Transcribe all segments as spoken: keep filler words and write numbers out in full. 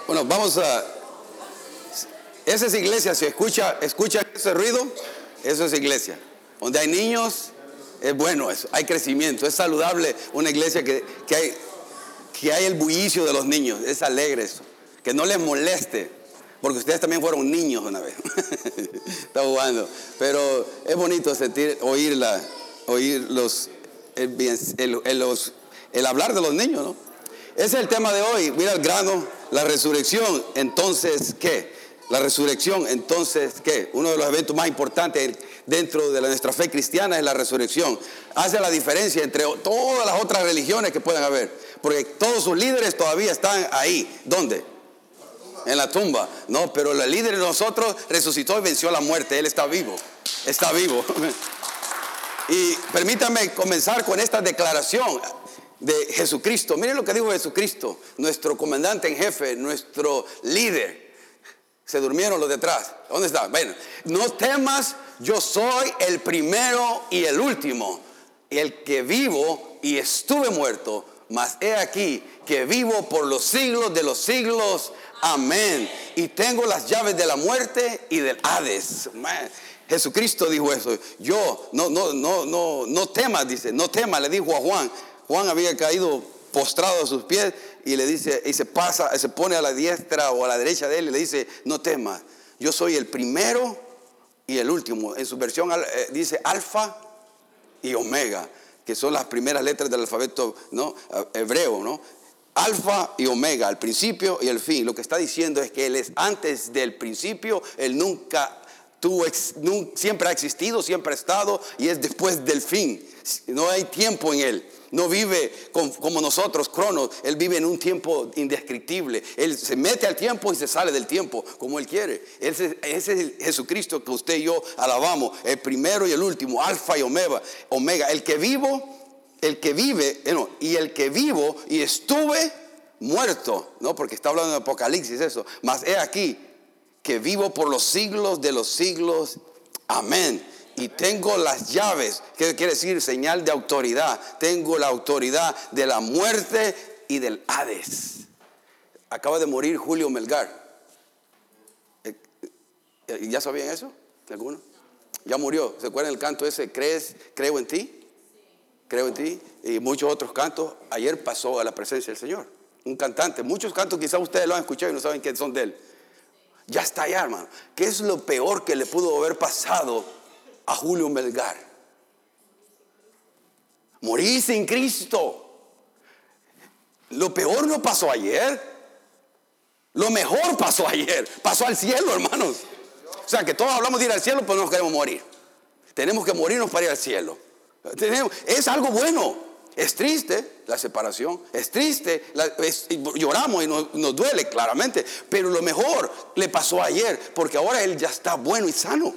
Bueno, vamos a... Esa es iglesia, si escucha, escucha ese ruido, eso es iglesia. Donde hay niños, es bueno eso, hay crecimiento, es saludable una iglesia que, que, hay, que hay el bullicio de los niños, es alegre eso, que no les moleste, porque ustedes también fueron niños una vez. Está jugando, pero es bonito sentir, oír, la, oír los, el, el, el, los, el hablar de los niños, ¿no? Ese es el tema de hoy, mira el grano, la resurrección. Entonces, ¿qué? La resurrección, entonces, ¿qué? Uno de los eventos más importantes dentro de la, nuestra fe cristiana es la resurrección. Hace la diferencia entre todas las otras religiones que puedan haber, porque todos sus líderes todavía están ahí. ¿Dónde? En la tumba. No, pero el líder de nosotros resucitó y venció la muerte. Él está vivo, está vivo. Y permítanme comenzar con esta declaración de Jesucristo. Miren lo que dijo Jesucristo, nuestro comandante en jefe, nuestro líder. Se durmieron los de atrás. ¿Dónde están? Bueno, no temas, yo soy el primero y el último, el que vivo y estuve muerto, mas he aquí que vivo por los siglos de los siglos. Amén. Y tengo las llaves de la muerte y del Hades. Man. Jesucristo dijo eso. Yo, no, no, no, no, no temas, dice, no temas, le dijo a Juan. Juan había caído postrado a sus pies y le dice, y se pasa, se pone a la diestra o a la derecha de él y le dice, no temas, yo soy el primero y el último. En su versión eh, dice alfa y omega, que son las primeras letras del alfabeto, ¿no?, hebreo, ¿no? Alfa y omega, el principio y el fin. Lo que está diciendo es que él es antes del principio, él nunca tuvo, siempre ha existido, siempre ha estado, y es después del fin. No hay tiempo en él. No vive con, como nosotros, Cronos. Él vive en un tiempo indescriptible. Él se mete al tiempo y se sale del tiempo como él quiere. Ese, ese es el Jesucristo que usted y yo alabamos, el primero y el último, alfa y omega, omega. El que vivo, el que vive, no, y el que vivo y estuve muerto, no, porque está hablando de Apocalipsis eso. Mas he aquí que vivo por los siglos de los siglos. Amén. Y tengo las llaves, ¿qué quiere decir? Señal de autoridad. Tengo la autoridad de la muerte y del Hades. Acaba de morir Julio Melgar. ¿Ya sabían eso? ¿Alguno? Ya murió. ¿Se acuerdan el canto ese? ¿Crees? Creo en ti. Creo en ti. Y muchos otros cantos. Ayer pasó a la presencia del Señor. Un cantante. Muchos cantos quizás ustedes lo han escuchado y no saben qué son de él. Ya está allá, hermano. ¿Qué es lo peor que le pudo haber pasado a Julio Melgar? Morir sin Cristo. Lo peor no pasó ayer. Lo mejor pasó ayer. Pasó al cielo, hermanos. O sea que todos hablamos de ir al cielo, pero no nos queremos morir. Tenemos que morirnos para ir al cielo. Tenemos, es algo bueno. Es triste la separación. Es triste. La, es, lloramos y nos, nos duele claramente. Pero lo mejor le pasó ayer, porque ahora él ya está bueno y sano.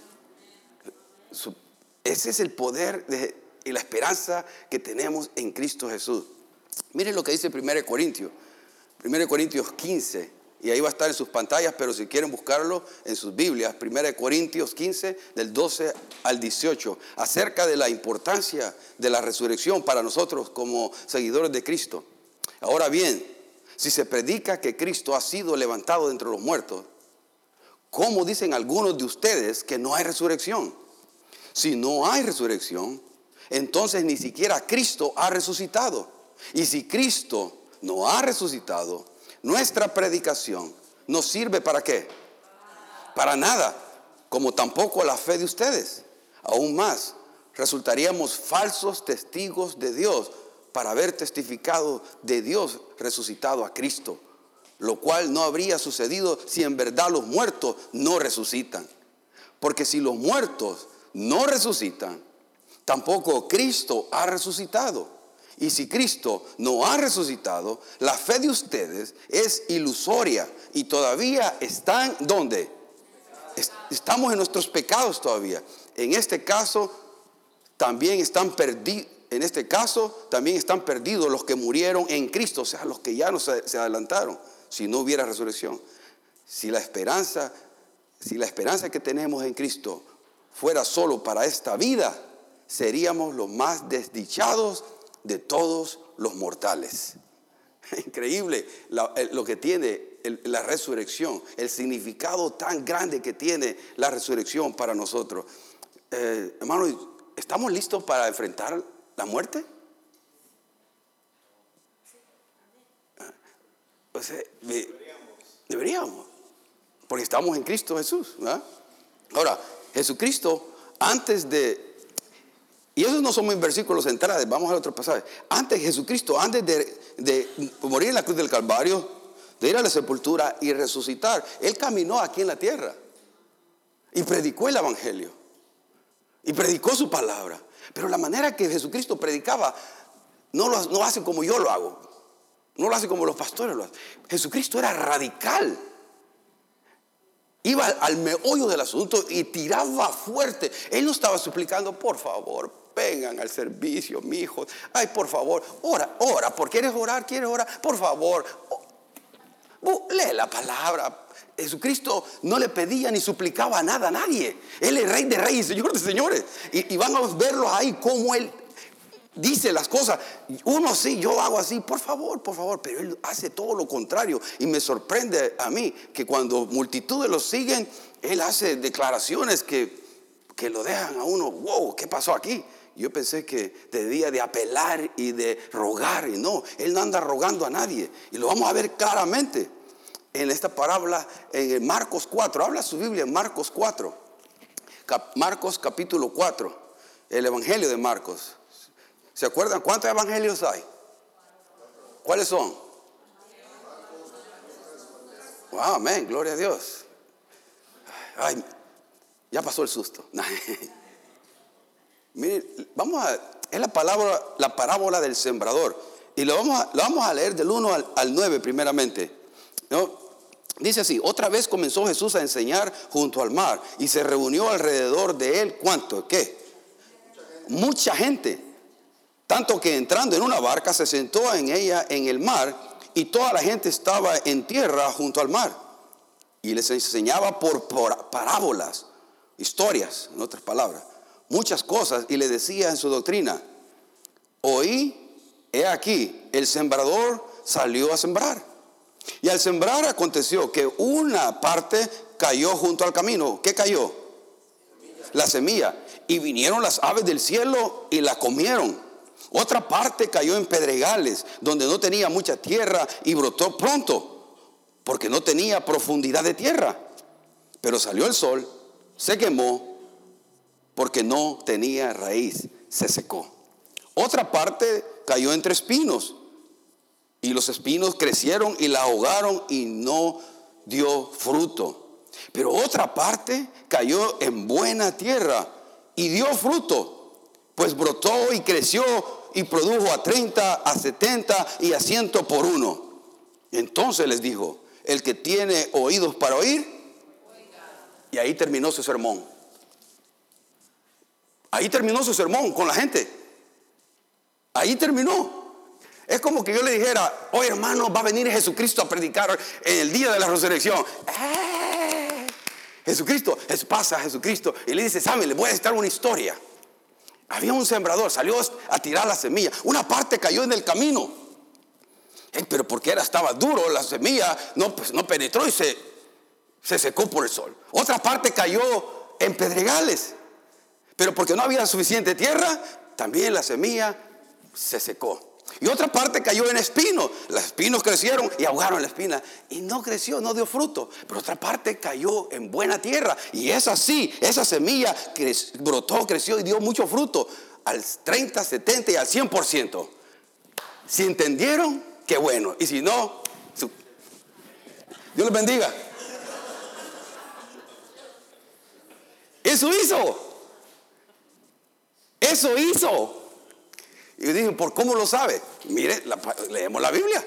Ese es el poder de, y la esperanza que tenemos en Cristo Jesús. Miren lo que dice primero Corintios, primero Corintios quince, y ahí va a estar en sus pantallas, pero si quieren buscarlo en sus Biblias, primero Corintios quince, del doce al dieciocho, acerca de la importancia de la resurrección para nosotros como seguidores de Cristo. Ahora bien, si se predica que Cristo ha sido levantado de entre los muertos, ¿cómo dicen algunos de ustedes que no hay resurrección? Si no hay resurrección, entonces ni siquiera Cristo ha resucitado. Y si Cristo no ha resucitado, nuestra predicación no sirve para qué? Para nada, como tampoco la fe de ustedes. Aún más, resultaríamos falsos testigos de Dios para haber testificado de Dios resucitado a Cristo, lo cual no habría sucedido si en verdad los muertos no resucitan. Porque si los muertos no resucitan, tampoco Cristo ha resucitado. Y si Cristo no ha resucitado, la fe de ustedes es ilusoria y todavía están, ¿dónde? Estamos en nuestros pecados todavía. En este caso también están perdidos. En este caso también están perdidos los que murieron en Cristo, o sea, los que ya no se, se adelantaron, si no hubiera resurrección. Si la esperanza, si la esperanza que tenemos en Cristo fuera solo para esta vida, seríamos los más desdichados de todos los mortales. Increíble la, lo que tiene el, la resurrección, el significado tan grande que tiene la resurrección para nosotros. Eh, hermano, ¿estamos listos para enfrentar la muerte? Pues, eh, deberíamos. deberíamos, porque estamos en Cristo Jesús, ¿verdad? Ahora, Jesucristo, antes de, y esos no son mis versículos centrales, vamos a otro pasaje. Antes Jesucristo, antes de, de morir en la cruz del Calvario, de ir a la sepultura y resucitar, Él caminó aquí en la tierra y predicó el evangelio y predicó su palabra. Pero la manera que Jesucristo predicaba no lo no hace como yo lo hago, no lo hace como los pastores lo hacen. Jesucristo era radical. Iba al meollo del asunto y tiraba fuerte. Él no estaba suplicando, por favor, vengan al servicio, mi hijo. Ay, por favor, ora, ora. ¿Por quieres orar? ¿Quieres orar? Por favor, oh, lee la palabra. Jesucristo no le pedía ni suplicaba nada a nadie. Él es Rey de reyes, Señor de señores. Y, y van a verlo ahí como Él dice las cosas. Uno sí, yo hago así, por favor, por favor. Pero Él hace todo lo contrario. Y me sorprende a mí que cuando multitudes lo siguen, Él hace declaraciones que, que lo dejan a uno. Wow, ¿qué pasó aquí? Yo pensé que debía de apelar y de rogar. Y no, Él no anda rogando a nadie. Y lo vamos a ver claramente en esta parábola en Marcos cuatro. Habla su Biblia en Marcos cuatro. Cap- Marcos capítulo cuatro. El Evangelio de Marcos. ¿Se acuerdan cuántos evangelios hay? ¿Cuáles son? Wow, amén, gloria a Dios. Ay, ya pasó el susto. Miren, vamos a, es la palabra, la parábola del sembrador. Y lo vamos a, lo vamos a leer del uno al, al nueve primeramente, ¿no? Dice así: otra vez comenzó Jesús a enseñar junto al mar, y se reunió alrededor de él, ¿cuánto? ¿Qué? Mucha gente. Tanto que entrando en una barca se sentó en ella en el mar, y toda la gente estaba en tierra junto al mar. Y les enseñaba por, por parábolas, historias, en otras palabras, muchas cosas, y le decía en su doctrina: oí, he aquí, el sembrador salió a sembrar. Y al sembrar aconteció que una parte cayó junto al camino. ¿Qué cayó? La semilla. Y vinieron las aves del cielo y la comieron. Otra parte cayó en pedregales, donde no tenía mucha tierra, y brotó pronto, porque no tenía profundidad de tierra. Pero salió el sol, se quemó, porque no tenía raíz, se secó. Otra parte cayó entre espinos, y los espinos crecieron y la ahogaron, y no dio fruto. Pero otra parte cayó en buena tierra y dio fruto, pues brotó y creció y produjo a treinta, a setenta y a ciento por uno. Entonces les dijo: el que tiene oídos para oír. Y ahí terminó su sermón. Ahí terminó su sermón con la gente. Ahí terminó. Es como que yo le dijera: oye, hermano, va a venir Jesucristo a predicar en el día de la resurrección. ¡Eh! Jesucristo, es, pasa Jesucristo y le dice: ¿saben? Le voy a citar una historia. Había un sembrador, salió a tirar la semilla. Una parte cayó en el camino. Eh, pero porque era, estaba duro, la semilla no, pues, no penetró y se, se secó por el sol. Otra parte cayó en pedregales, pero porque no había suficiente tierra, también la semilla se secó. Y otra parte cayó en espinos. Los espinos crecieron y ahogaron la espina, y no creció, no dio fruto. Pero otra parte cayó en buena tierra, y esa sí, esa semilla cre- brotó, creció y dio mucho fruto, al treinta, setenta y al cien por ciento. Si entendieron, qué bueno. Y si no, su... Dios les bendiga. Eso hizo. Eso hizo. Y yo dije: ¿por cómo lo sabe? Mire, la, leemos la Biblia.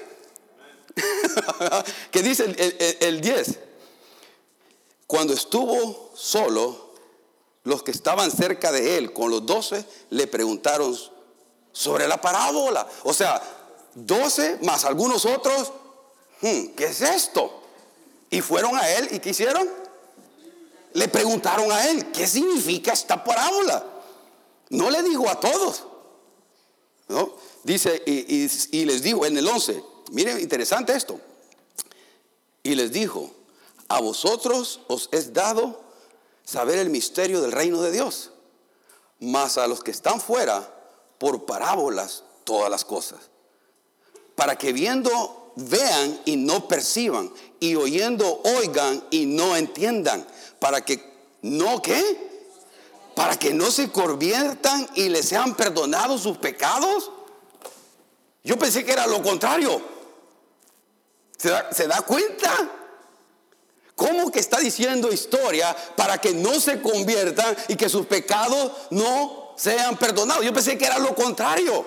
Que dice el, el, el diez. Cuando estuvo solo, los que estaban cerca de él con los doce le preguntaron sobre la parábola. O sea, doce más algunos otros. Hmm, ¿qué es esto? Y fueron a él, ¿y qué hicieron? Le preguntaron a él: ¿qué significa esta parábola? No le digo a todos, ¿no? Dice, y, y, y les digo en el once: miren, interesante esto. Y les dijo, a vosotros os es dado saber el misterio del reino de Dios, mas a los que están fuera, por parábolas todas las cosas, para que viendo vean y no perciban, y oyendo oigan y no entiendan, para que no, ¿qué? Para que no se conviertan y les sean perdonados sus pecados. Yo pensé que era lo contrario. ¿Se da, se da cuenta? ¿Cómo que está diciendo historia para que no se conviertan y que sus pecados no sean perdonados? Yo pensé que era lo contrario.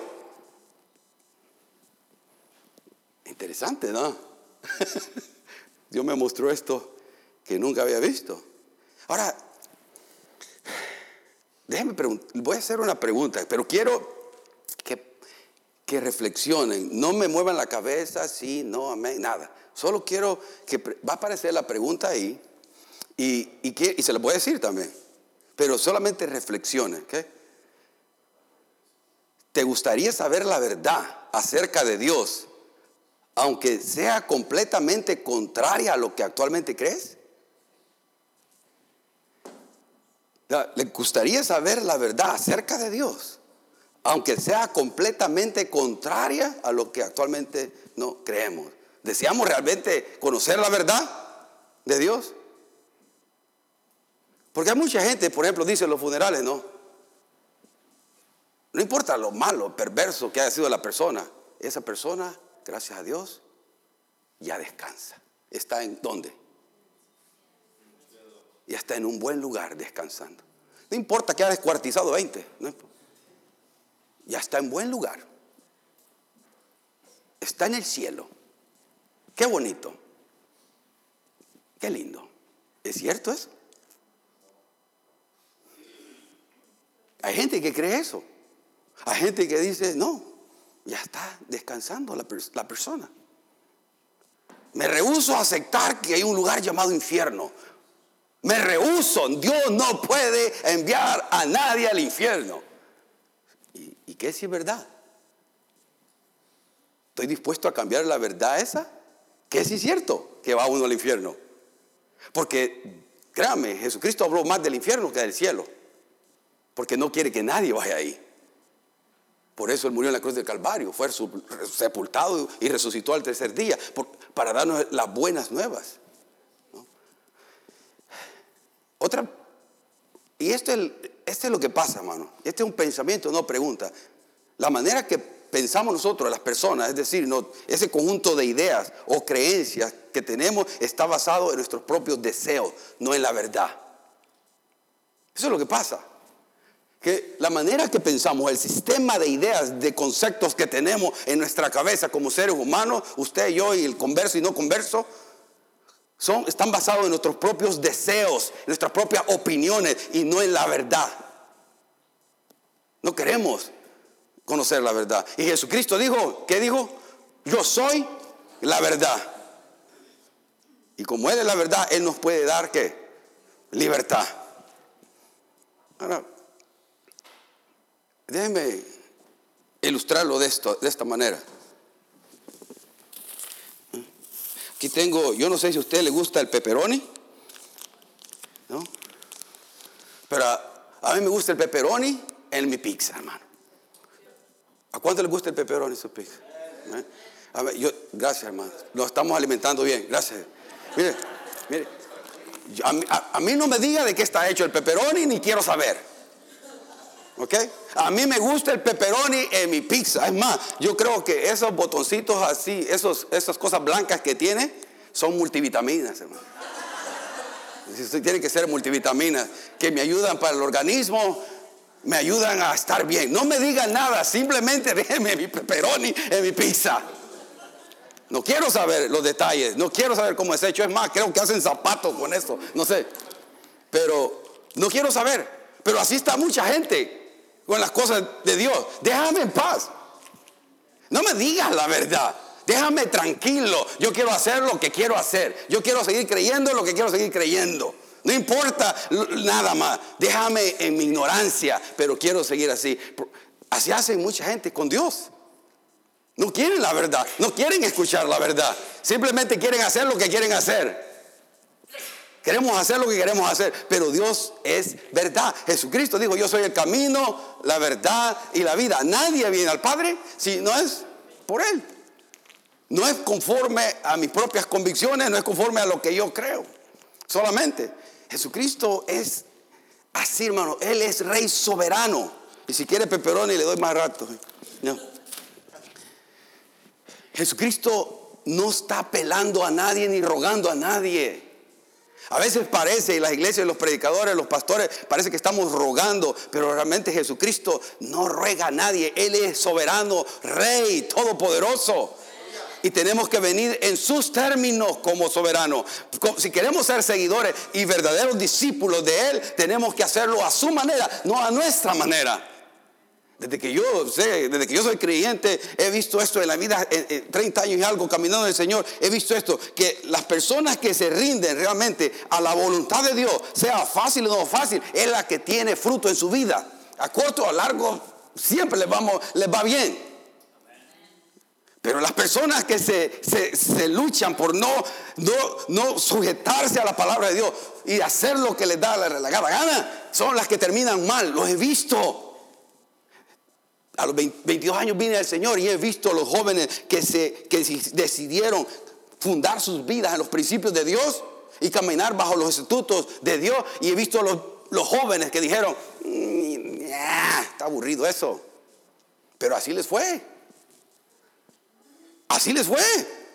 Interesante, ¿no? Dios me mostró esto que nunca había visto. Ahora, déjenme preguntar, voy a hacer una pregunta, pero quiero que, que reflexionen. No me muevan la cabeza, sí, no, amén, nada. Solo quiero que, va a aparecer la pregunta ahí y, y, que, y se la voy a decir también, pero solamente reflexionen, ¿ok? ¿Te gustaría saber la verdad acerca de Dios, aunque sea completamente contraria a lo que actualmente crees? ¿Le gustaría saber la verdad acerca de Dios, aunque sea completamente contraria a lo que actualmente no creemos? ¿Deseamos realmente conocer la verdad de Dios? Porque hay mucha gente, por ejemplo, dice en los funerales, no, no importa lo malo, perverso que haya sido la persona, esa persona, gracias a Dios, ya descansa. ¿Está en dónde? Ya está en un buen lugar descansando. No importa que haya descuartizado veinte, no importa. Ya está en buen lugar. Está en el cielo. Qué bonito. Qué lindo. ¿Es cierto eso? Hay gente que cree eso. Hay gente que dice, no, ya está descansando la, la persona. Me rehúso a aceptar que hay un lugar llamado infierno. Me rehúso. Dios no puede enviar a nadie al infierno. ¿Y, y qué si es verdad? ¿Estoy dispuesto a cambiar la verdad esa? ¿Qué si es cierto que va uno al infierno? Porque, créame, Jesucristo habló más del infierno que del cielo. Porque no quiere que nadie vaya ahí. Por eso Él murió en la cruz del Calvario. Fue sepultado y resucitó al tercer día. Por, para darnos las buenas nuevas. ¿No? Otra, y esto es, esto es lo que pasa, hermano. Este es un pensamiento, no pregunta. La manera que pensamos nosotros, las personas, es decir, no, ese conjunto de ideas o creencias que tenemos está basado en nuestros propios deseos, no en la verdad. Eso es lo que pasa. Que la manera que pensamos, el sistema de ideas, de conceptos que tenemos en nuestra cabeza como seres humanos, usted, yo y el converso y no converso, son, están basados en nuestros propios deseos, en nuestras propias opiniones y no en la verdad. No queremos conocer la verdad. Y Jesucristo dijo, ¿qué dijo? Yo soy la verdad. Y como Él es la verdad, Él nos puede dar, ¿qué? Libertad. Ahora, déjenme ilustrarlo de esto, de esta manera. Aquí tengo, yo no sé si a usted le gusta el pepperoni, ¿no? Pero a, a mí me gusta el pepperoni en mi pizza, hermano. ¿A cuánto le gusta el pepperoni en su pizza? ¿Eh? A ver, yo, gracias, hermano. Lo estamos alimentando bien, gracias. Mire, mire, yo, a, a, a mí no me diga de qué está hecho el pepperoni, ni quiero saber. ¿Ok? A mí me gusta el pepperoni en mi pizza. Es más, yo creo que esos botoncitos así, esos, esas cosas blancas que tiene, son multivitaminas, hermano. Tiene que ser multivitaminas que me ayudan para el organismo, me ayudan a estar bien. No me digan nada, simplemente déjenme mi pepperoni en mi pizza. No quiero saber los detalles, no quiero saber cómo es hecho. Es más, creo que hacen zapatos con eso, no sé. Pero no quiero saber. Pero así está mucha gente con las cosas de Dios. Déjame en paz. No me digas la verdad. Déjame tranquilo. Yo quiero hacer lo que quiero hacer. Yo quiero seguir creyendo lo que quiero seguir creyendo. No importa nada más. Déjame en mi ignorancia, pero quiero seguir así. Así hace mucha gente con Dios. No quieren la verdad, no quieren escuchar la verdad. Simplemente quieren hacer lo que quieren hacer. Queremos hacer lo que queremos hacer, pero Dios es verdad. Jesucristo dijo: yo soy el camino, la verdad y la vida. Nadie viene al Padre si no es por Él. No es conforme a mis propias convicciones, no es conforme a lo que yo creo. Solamente Jesucristo es así, hermano. Él es Rey soberano. Y si quiere pepperoni le doy más rato. No. Jesucristo no está apelando a nadie ni rogando a nadie. A veces parece, y las iglesias, los predicadores, los pastores, parece que estamos rogando, pero realmente Jesucristo no ruega a nadie. Él es soberano, Rey, todopoderoso. Y tenemos que venir en sus términos como soberano. Si queremos ser seguidores y verdaderos discípulos de Él, tenemos que hacerlo a su manera, no a nuestra manera. Desde que yo sé, desde que yo soy creyente, he visto esto en la vida, en, en treinta años y algo caminando en el Señor, he visto esto, que las personas que se rinden realmente a la voluntad de Dios, sea fácil o no fácil, es la que tiene fruto en su vida. A corto o a largo, siempre les, vamos, les va bien. Pero las personas que se, se, se luchan por no, no, no sujetarse a la palabra de Dios y hacer lo que les da la, la gana, son las que terminan mal. Los he visto. A los veintidós años vine al Señor y he visto a los jóvenes que, se, que decidieron fundar sus vidas en los principios de Dios y caminar bajo los estatutos de Dios. Y he visto a los, los jóvenes que dijeron: mmm, nah, está aburrido eso. Pero así les fue. Así les fue.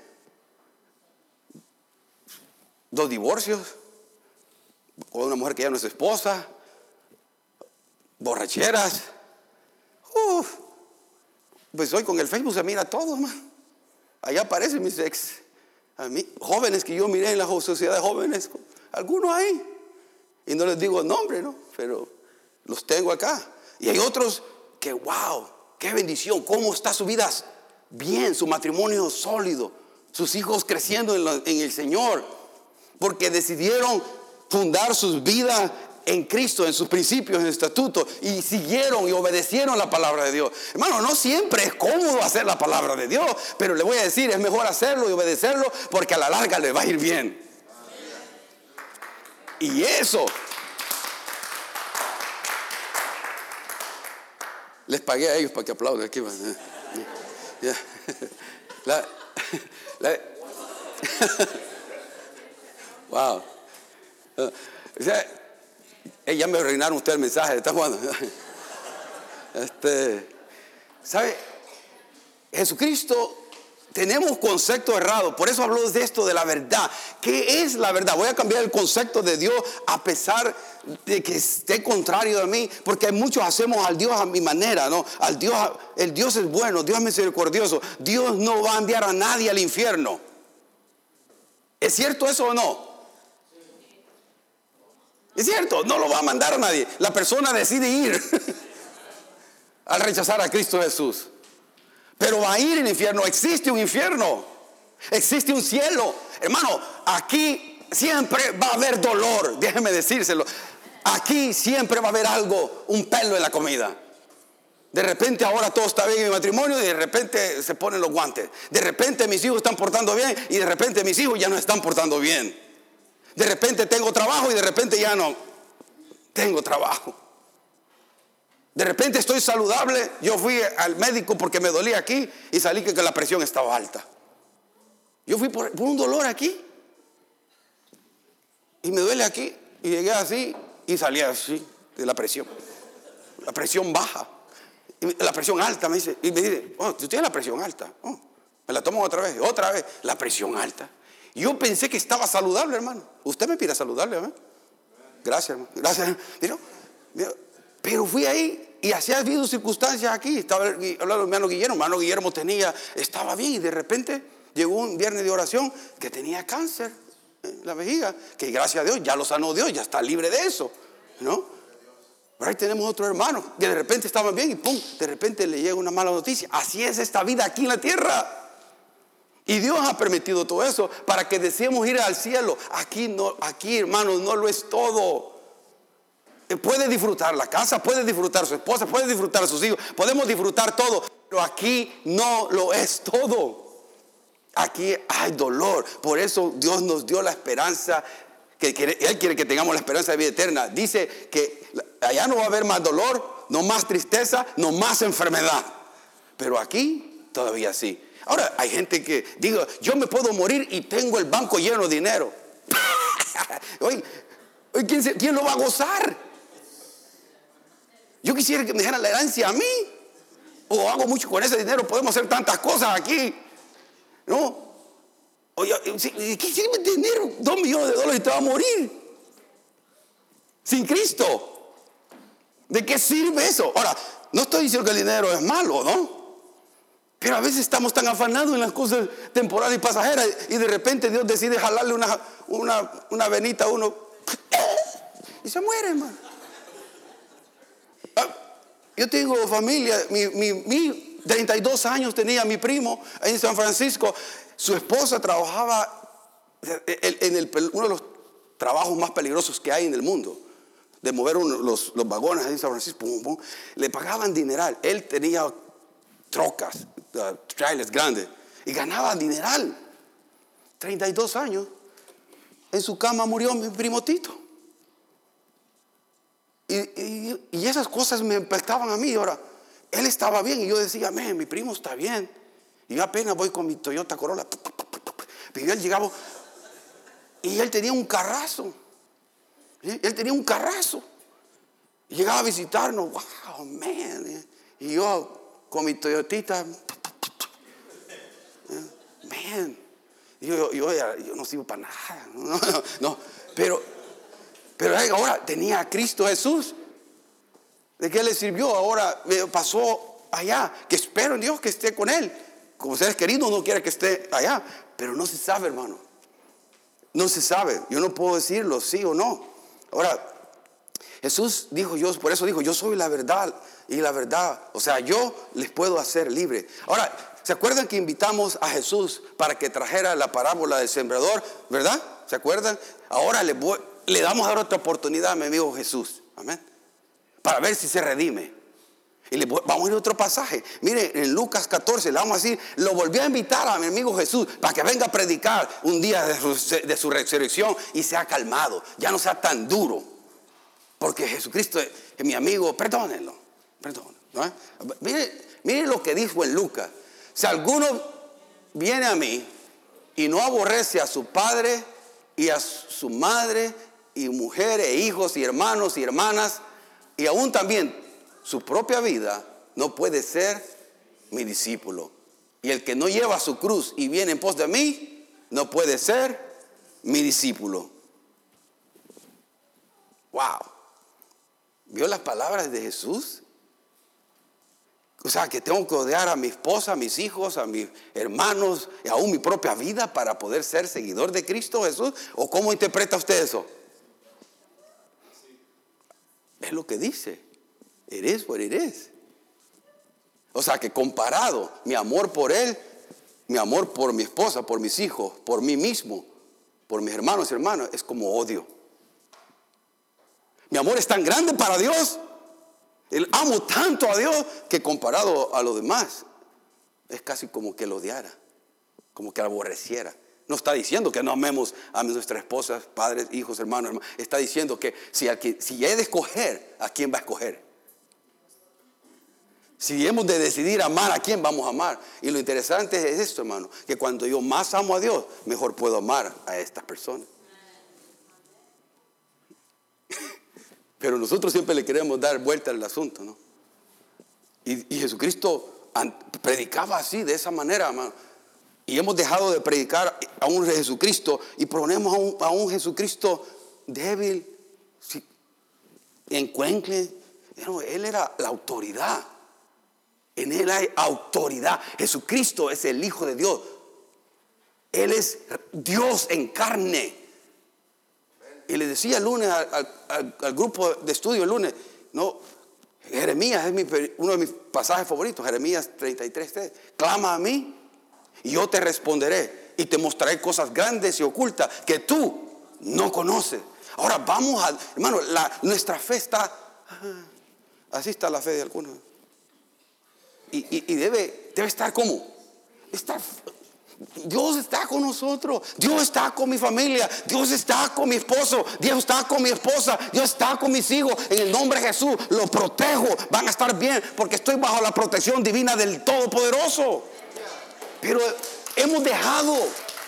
Dos divorcios con una mujer que ya no es esposa, borracheras. Uf, pues hoy con el Facebook se mira todo, man. Allá aparecen mis ex, a mí, jóvenes que yo miré en la sociedad de jóvenes, algunos ahí, y no les digo el nombre, ¿no? Pero los tengo acá. Y hay otros que, wow, qué bendición, cómo está su vida bien, su matrimonio sólido, sus hijos creciendo en, la, en el Señor, porque decidieron fundar sus vidas en Cristo, en sus principios, en estatutos, y siguieron y obedecieron la palabra de Dios. Hermano, no siempre es cómodo hacer la palabra de Dios, pero le voy a decir, es mejor hacerlo y obedecerlo, porque a la larga le va a ir bien. Y eso, les pagué a ellos para que aplaudan aquí. La, la, wow. O sea, Hey, ya me arruinaron usted el mensaje, ¿está jugando? Este, ¿sabe? Jesucristo, tenemos concepto errado, por eso habló de esto de la verdad. ¿Qué es la verdad? Voy a cambiar el concepto de Dios a pesar de que esté contrario a mí, porque muchos hacemos al Dios a mi manera, ¿no? Al Dios, el Dios es bueno, Dios es misericordioso, Dios no va a enviar a nadie al infierno. ¿Es cierto eso o no? Es cierto, no lo va a mandar a nadie. La persona decide ir al rechazar a Cristo Jesús. Pero va a ir al infierno. Existe un infierno. Existe un cielo. Hermano, aquí siempre va a haber dolor. Déjeme decírselo. Aquí siempre va a haber algo, un pelo en la comida. De repente ahora todo está bien en mi matrimonio y de repente se ponen los guantes. De repente mis hijos están portando bien y de repente mis hijos ya no están portando bien. De repente tengo trabajo y de repente ya no tengo trabajo. De repente estoy saludable. Yo fui al médico porque me dolía aquí y salí que la presión estaba alta. Yo fui por, por un dolor aquí y me duele aquí y llegué así y salí así de la presión. La presión baja. Y la presión alta me dice, y me dice, oh, tú tienes la presión alta. Oh, me la tomo otra vez, otra vez, la presión alta. Yo pensé que estaba saludable, hermano. Usted me pide saludable, ¿verdad? Gracias, hermano. Gracias. ¿Pero? Pero fui ahí y así ha habido circunstancias aquí. Estaba hablando de hermano Guillermo. Hermano Guillermo tenía, estaba bien y de repente llegó un viernes de oración que tenía cáncer en la vejiga. Que gracias a Dios ya lo sanó Dios, ya está libre de eso, ¿no? Pero ahí tenemos otro hermano que de repente estaba bien y pum, de repente le llega una mala noticia. Así es esta vida aquí en la tierra. Y Dios ha permitido todo eso para que deseemos ir al cielo. Aquí, no, aquí, hermanos, no lo es todo. Puede disfrutar la casa, puede disfrutar su esposa, puede disfrutar a sus hijos, podemos disfrutar todo. Pero aquí no lo es todo. Aquí hay dolor. Por eso Dios nos dio la esperanza, que quiere, Él quiere que tengamos la esperanza de vida eterna. Dice que allá no va a haber más dolor, no más tristeza, no más enfermedad. Pero aquí todavía sí. Ahora hay gente que diga, yo me puedo morir y tengo el banco lleno de dinero. Oye, ¿quién, se, ¿quién lo va a gozar? Yo quisiera que me dijeran la herencia a mí. O hago mucho con ese dinero, podemos hacer tantas cosas aquí. ¿No? Oye, ¿qué sirve tener dos millones de dólares y te va a morir? Sin Cristo. ¿De qué sirve eso? Ahora, no estoy diciendo que el dinero es malo, ¿no? Pero a veces estamos tan afanados en las cosas temporales y pasajeras y de repente Dios decide jalarle una, una, una venita a uno y se muere, hermano. Yo tengo familia, mi, mi, mi treinta y dos años tenía mi primo en San Francisco. Su esposa trabajaba en el, uno de los trabajos más peligrosos que hay en el mundo, de mover uno, los, los vagones en San Francisco. Pum, pum. Le pagaban dineral. Él tenía trocas, uh, trailers grandes, y ganaba dineral. treinta y dos años. En su cama murió mi primo Tito. Y, y, y esas cosas me impactaban a mí. Ahora, él estaba bien y yo decía, man, mi primo está bien. Y yo apenas voy con mi Toyota Corolla. Pero él llegaba y él tenía un carrazo. Él tenía un carrazo. Y llegaba a visitarnos. Wow, man. Y yo con mi Toyotita. Man. Y yo, yo, yo, yo no sirvo para nada. No, no, no. Pero... Pero ahora tenía a Cristo Jesús. ¿De qué le sirvió? Ahora pasó allá. Que espero en Dios que esté con él. Como seres queridos no quiere que esté allá. Pero no se sabe, hermano. No se sabe. Yo no puedo decirlo sí o no. Ahora, Jesús dijo, yo, por eso dijo, yo soy la verdad y la verdad. O sea, yo les puedo hacer libre. Ahora, ¿se acuerdan que invitamos a Jesús para que trajera la parábola del sembrador? ¿Verdad? ¿Se acuerdan? Ahora le voy... Le damos ahora otra oportunidad a mi amigo Jesús. Amén. Para ver si se redime. Y le vamos a ir a otro pasaje. Mire, en Lucas catorce, le vamos a decir, lo volví a invitar a mi amigo Jesús para que venga a predicar un día de su, de su resurrección y sea calmado. Ya no sea tan duro. Porque Jesucristo es, es mi amigo, perdónenlo. Perdónenlo. ¿No? Mire, mire lo que dijo en Lucas. Si alguno viene a mí y no aborrece a su padre y a su madre y mujeres, e hijos y hermanos y hermanas, y aún también su propia vida, no puede ser mi discípulo. Y el que no lleva su cruz y viene en pos de mí, no puede ser mi discípulo. Wow. ¿Vio las palabras de Jesús? O sea, que tengo que odiar a mi esposa, a mis hijos, a mis hermanos, y aún mi propia vida para poder ser seguidor de Cristo Jesús. ¿O cómo interpreta usted eso? Es lo que dice. It is what it is. O sea, que comparado mi amor por Él, mi amor por mi esposa, por mis hijos, por mí mismo, por mis hermanos y hermanas, es como odio. Mi amor es tan grande para Dios. Él amo tanto a Dios que comparado a lo demás es casi como que lo odiara, como que aborreciera. No está diciendo que no amemos a nuestras esposas, padres, hijos, hermanos, hermanos. Está diciendo que si, que si he de escoger, ¿a quién va a escoger? Si hemos de decidir amar, ¿a quién vamos a amar? Y lo interesante es esto, hermano, que cuando yo más amo a Dios, mejor puedo amar a estas personas. Pero nosotros siempre le queremos dar vuelta al asunto, ¿no? Y, y Jesucristo predicaba así, de esa manera, hermano. Y hemos dejado de predicar a un Jesucristo y ponemos a un, a un Jesucristo débil, sí, encuencle. Él era la autoridad. En Él hay autoridad. Jesucristo es el Hijo de Dios. Él es Dios en carne. Y le decía el lunes al, al, al grupo de estudio, el lunes, no, Jeremías es mi, uno de mis pasajes favoritos, Jeremías treinta y tres, clama a mí y yo te responderé y te mostraré cosas grandes y ocultas que tú no conoces. Ahora vamos a, hermano, la, nuestra fe está, así está la fe de algunos. Y, y, y debe, debe estar como, estar, Dios está con nosotros, Dios está con mi familia, Dios está con mi esposo, Dios está con mi esposa, Dios está con mis hijos. En el nombre de Jesús los protejo, van a estar bien porque estoy bajo la protección divina del Todopoderoso. Pero hemos dejado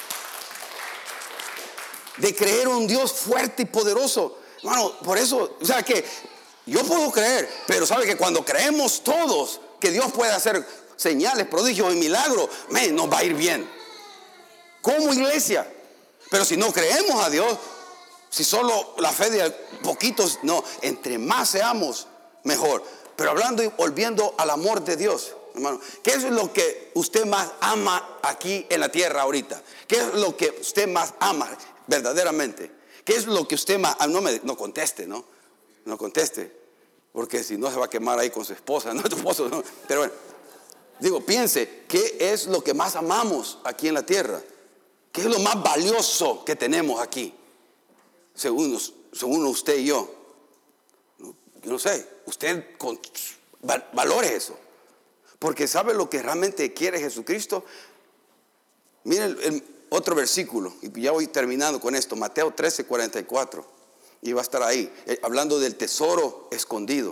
de creer en un Dios fuerte y poderoso, hermano. Por eso, o sea que yo puedo creer, pero sabe que cuando creemos todos que Dios puede hacer señales, prodigios y milagros, man, nos va a ir bien como iglesia. Pero si no creemos a Dios, si solo la fe de poquitos, no, entre más seamos, mejor. Pero hablando y volviendo al amor de Dios, hermano, ¿qué es lo que usted más ama aquí en la tierra ahorita? ¿Qué es lo que usted más ama verdaderamente? ¿Qué es lo que usted más? Ah, no me no conteste, ¿no? No conteste, porque si no se va a quemar ahí con su esposa, no, su esposo, no. Pero bueno, digo, piense, ¿qué es lo que más amamos aquí en la tierra? ¿Qué es lo más valioso que tenemos aquí? Según, según usted y yo. No, yo no sé, usted con, valore eso. Porque ¿sabe lo que realmente quiere Jesucristo? Miren el, el otro versículo, y ya voy terminando con esto, Mateo trece, cuarenta y cuatro. Y va a estar ahí, eh, hablando del tesoro escondido.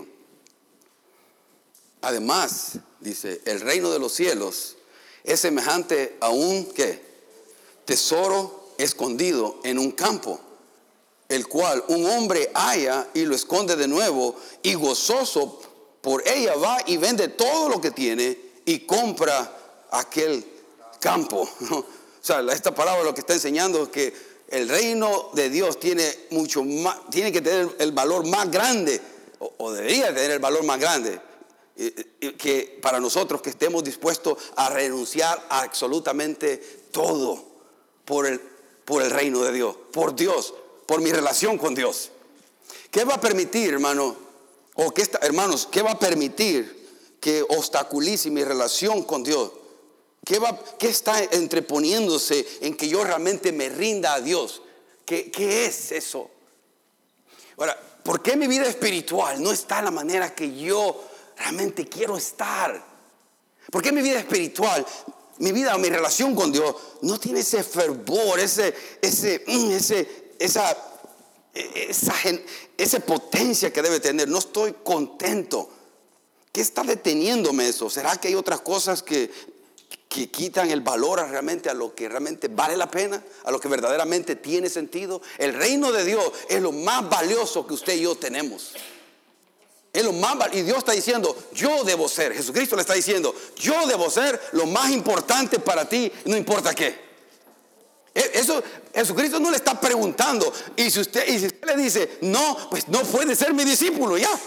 Además, dice, el reino de los cielos es semejante a un, ¿qué? Tesoro escondido en un campo, el cual un hombre halla y lo esconde de nuevo, y gozoso por ella va y vende todo lo que tiene y compra aquel campo. O sea, esta parábola lo que está enseñando es que el reino de Dios tiene mucho más, tiene que tener el valor más grande, o, o debería tener el valor más grande, que para nosotros que estemos dispuestos a renunciar a absolutamente todo por el, por el reino de Dios, por Dios, por mi relación con Dios. ¿Qué va a permitir, hermano? O qué está, hermanos, ¿qué va a permitir que obstaculice mi relación con Dios? ¿Qué, va, qué está entreponiéndose en que yo realmente me rinda a Dios? ¿Qué, qué es eso? Ahora, ¿por qué mi vida espiritual no está en la manera que yo realmente quiero estar? ¿Por qué mi vida espiritual, mi vida, mi relación con Dios no tiene ese fervor, ese, ese, ese, esa, esa, esa potencia que debe tener? No estoy contento. ¿Qué está deteniéndome eso? ¿Será que hay otras cosas que, que quitan el valor a realmente a lo que realmente vale la pena, a lo que verdaderamente tiene sentido? El reino de Dios es lo más valioso que usted y yo tenemos. Es lo más, y Dios está diciendo, yo debo ser, Jesucristo le está diciendo, yo debo ser lo más importante para ti, no importa qué. Eso, Jesucristo no le está preguntando, y si usted, y si usted le dice, no, pues no puede ser mi discípulo, ya.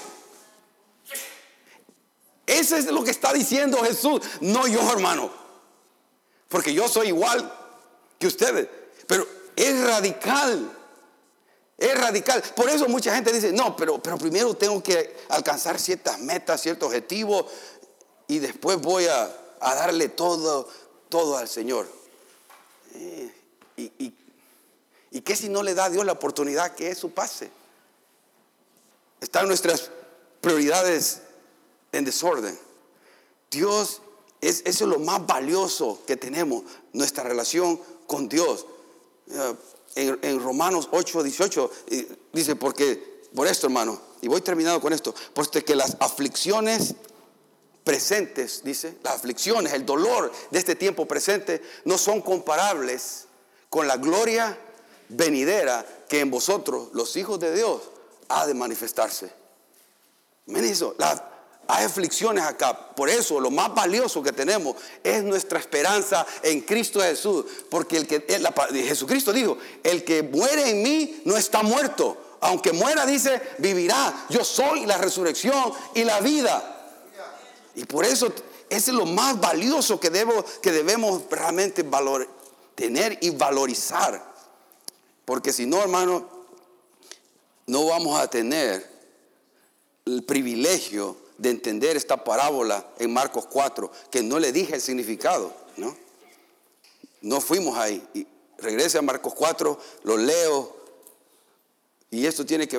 Eso es lo que está diciendo Jesús, no yo, hermano, porque yo soy igual que ustedes, pero es radical. Es radical. Por eso mucha gente dice, no, pero, pero primero tengo que alcanzar ciertas metas, ciertos objetivos, y después voy a, a darle todo, todo al Señor. Eh, y, y, ¿Y qué si no le da a Dios la oportunidad que eso pase? Están nuestras prioridades en desorden. Dios, es, eso es lo más valioso que tenemos, nuestra relación con Dios. Uh, En, en Romanos ocho, dieciocho dice, porque por esto, hermano, y voy terminando con esto, puesto que las aflicciones presentes, dice, las aflicciones, el dolor de este tiempo presente no son comparables con la gloria venidera que en vosotros, los hijos de Dios, ha de manifestarse. Miren eso, las hay aflicciones acá. Por eso lo más valioso que tenemos es nuestra esperanza en Cristo Jesús. Porque el que, el, Jesucristo dijo, el que muere en mí no está muerto. Aunque muera, dice, vivirá. Yo soy la resurrección y la vida. Y por eso ese es lo más valioso que, debo, que debemos realmente valor, tener y valorizar. Porque si no, hermano, no vamos a tener el privilegio de entender esta parábola en Marcos cuatro, que no le dije el significado, ¿no? No fuimos ahí. Y regrese a Marcos cuatro, lo leo, y esto tiene que ver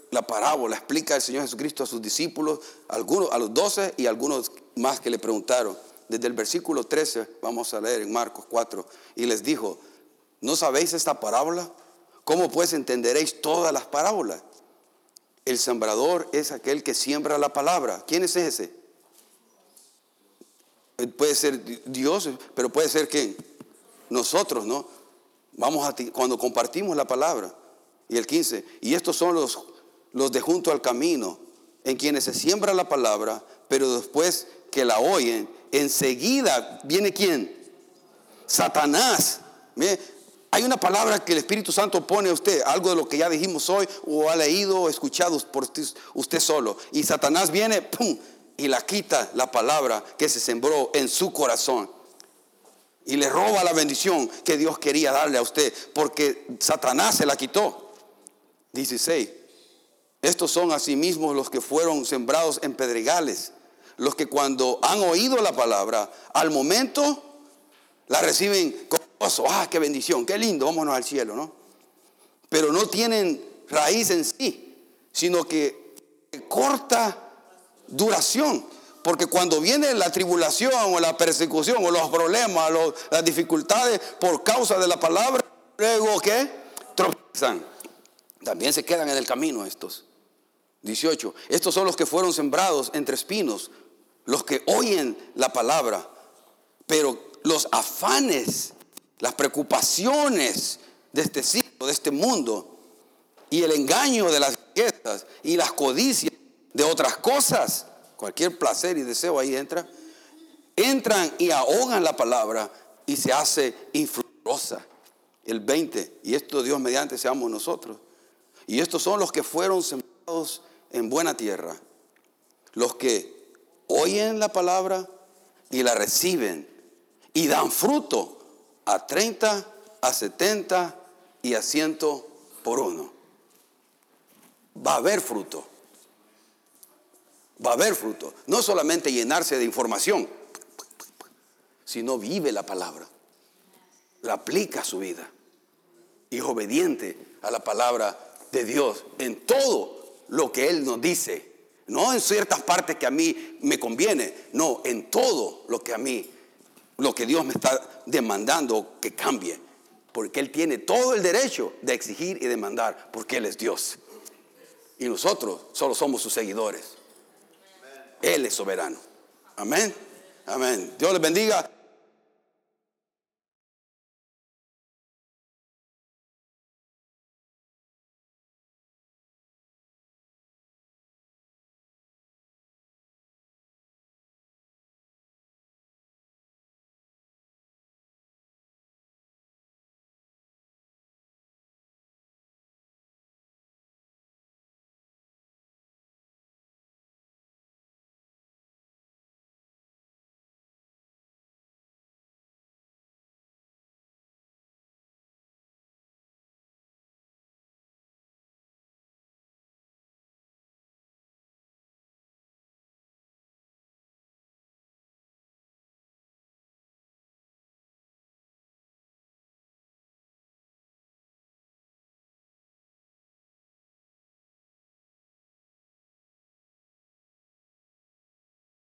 la parábola, explica el Señor Jesucristo a sus discípulos, algunos, a los doce y algunos más que le preguntaron. Desde el versículo trece, vamos a leer en Marcos cuatro, y les dijo: ¿no sabéis esta parábola? ¿Cómo pues entenderéis todas las parábolas? El sembrador es aquel que siembra la palabra. ¿Quién es ese? Puede ser Dios, pero puede ser ¿quién? Nosotros, ¿no? Vamos a ti, cuando compartimos la palabra. Y el quince, y estos son los, los de junto al camino, en quienes se siembra la palabra, pero después que la oyen, enseguida viene ¿quién? Satanás. ¿Ve? Hay una palabra que el Espíritu Santo pone a usted, algo de lo que ya dijimos hoy, o ha leído o escuchado por usted solo. Y Satanás viene, ¡pum!, y la quita la palabra que se sembró en su corazón. Y le roba la bendición que Dios quería darle a usted, porque Satanás se la quitó. dieciséis. Estos son asimismo los que fueron sembrados en pedregales, los que cuando han oído la palabra, al momento la reciben con gozo. Ah, qué bendición, qué lindo, vámonos al cielo, ¿no? Pero no tienen raíz en sí, sino que corta duración. Porque cuando viene la tribulación o la persecución o los problemas, los, las dificultades por causa de la palabra, luego ¿qué? Tropiezan. También se quedan en el camino estos. dieciocho. Estos son los que fueron sembrados entre espinos, los que oyen la palabra, pero los afanes, las preocupaciones de este siglo, de este mundo, y el engaño de las riquezas y las codicias de otras cosas, cualquier placer y deseo ahí entra, entran y ahogan la palabra y se hace infructuosa. El veinte, y esto Dios mediante seamos nosotros. Y estos son los que fueron sembrados en buena tierra, los que oyen la palabra y la reciben y dan fruto a treinta, a setenta y a ciento por uno. Va a haber fruto. Va a haber fruto. No solamente llenarse de información, sino vive la palabra, la aplica a su vida y es obediente a la palabra de Dios en todo lo que Él nos dice. No en ciertas partes que a mí me conviene, no, en todo lo que a mí, lo que Dios me está demandando que cambie. Porque Él tiene todo el derecho de exigir y demandar, porque Él es Dios. Y nosotros solo somos sus seguidores. Él es soberano. Amén. Amén. Dios les bendiga.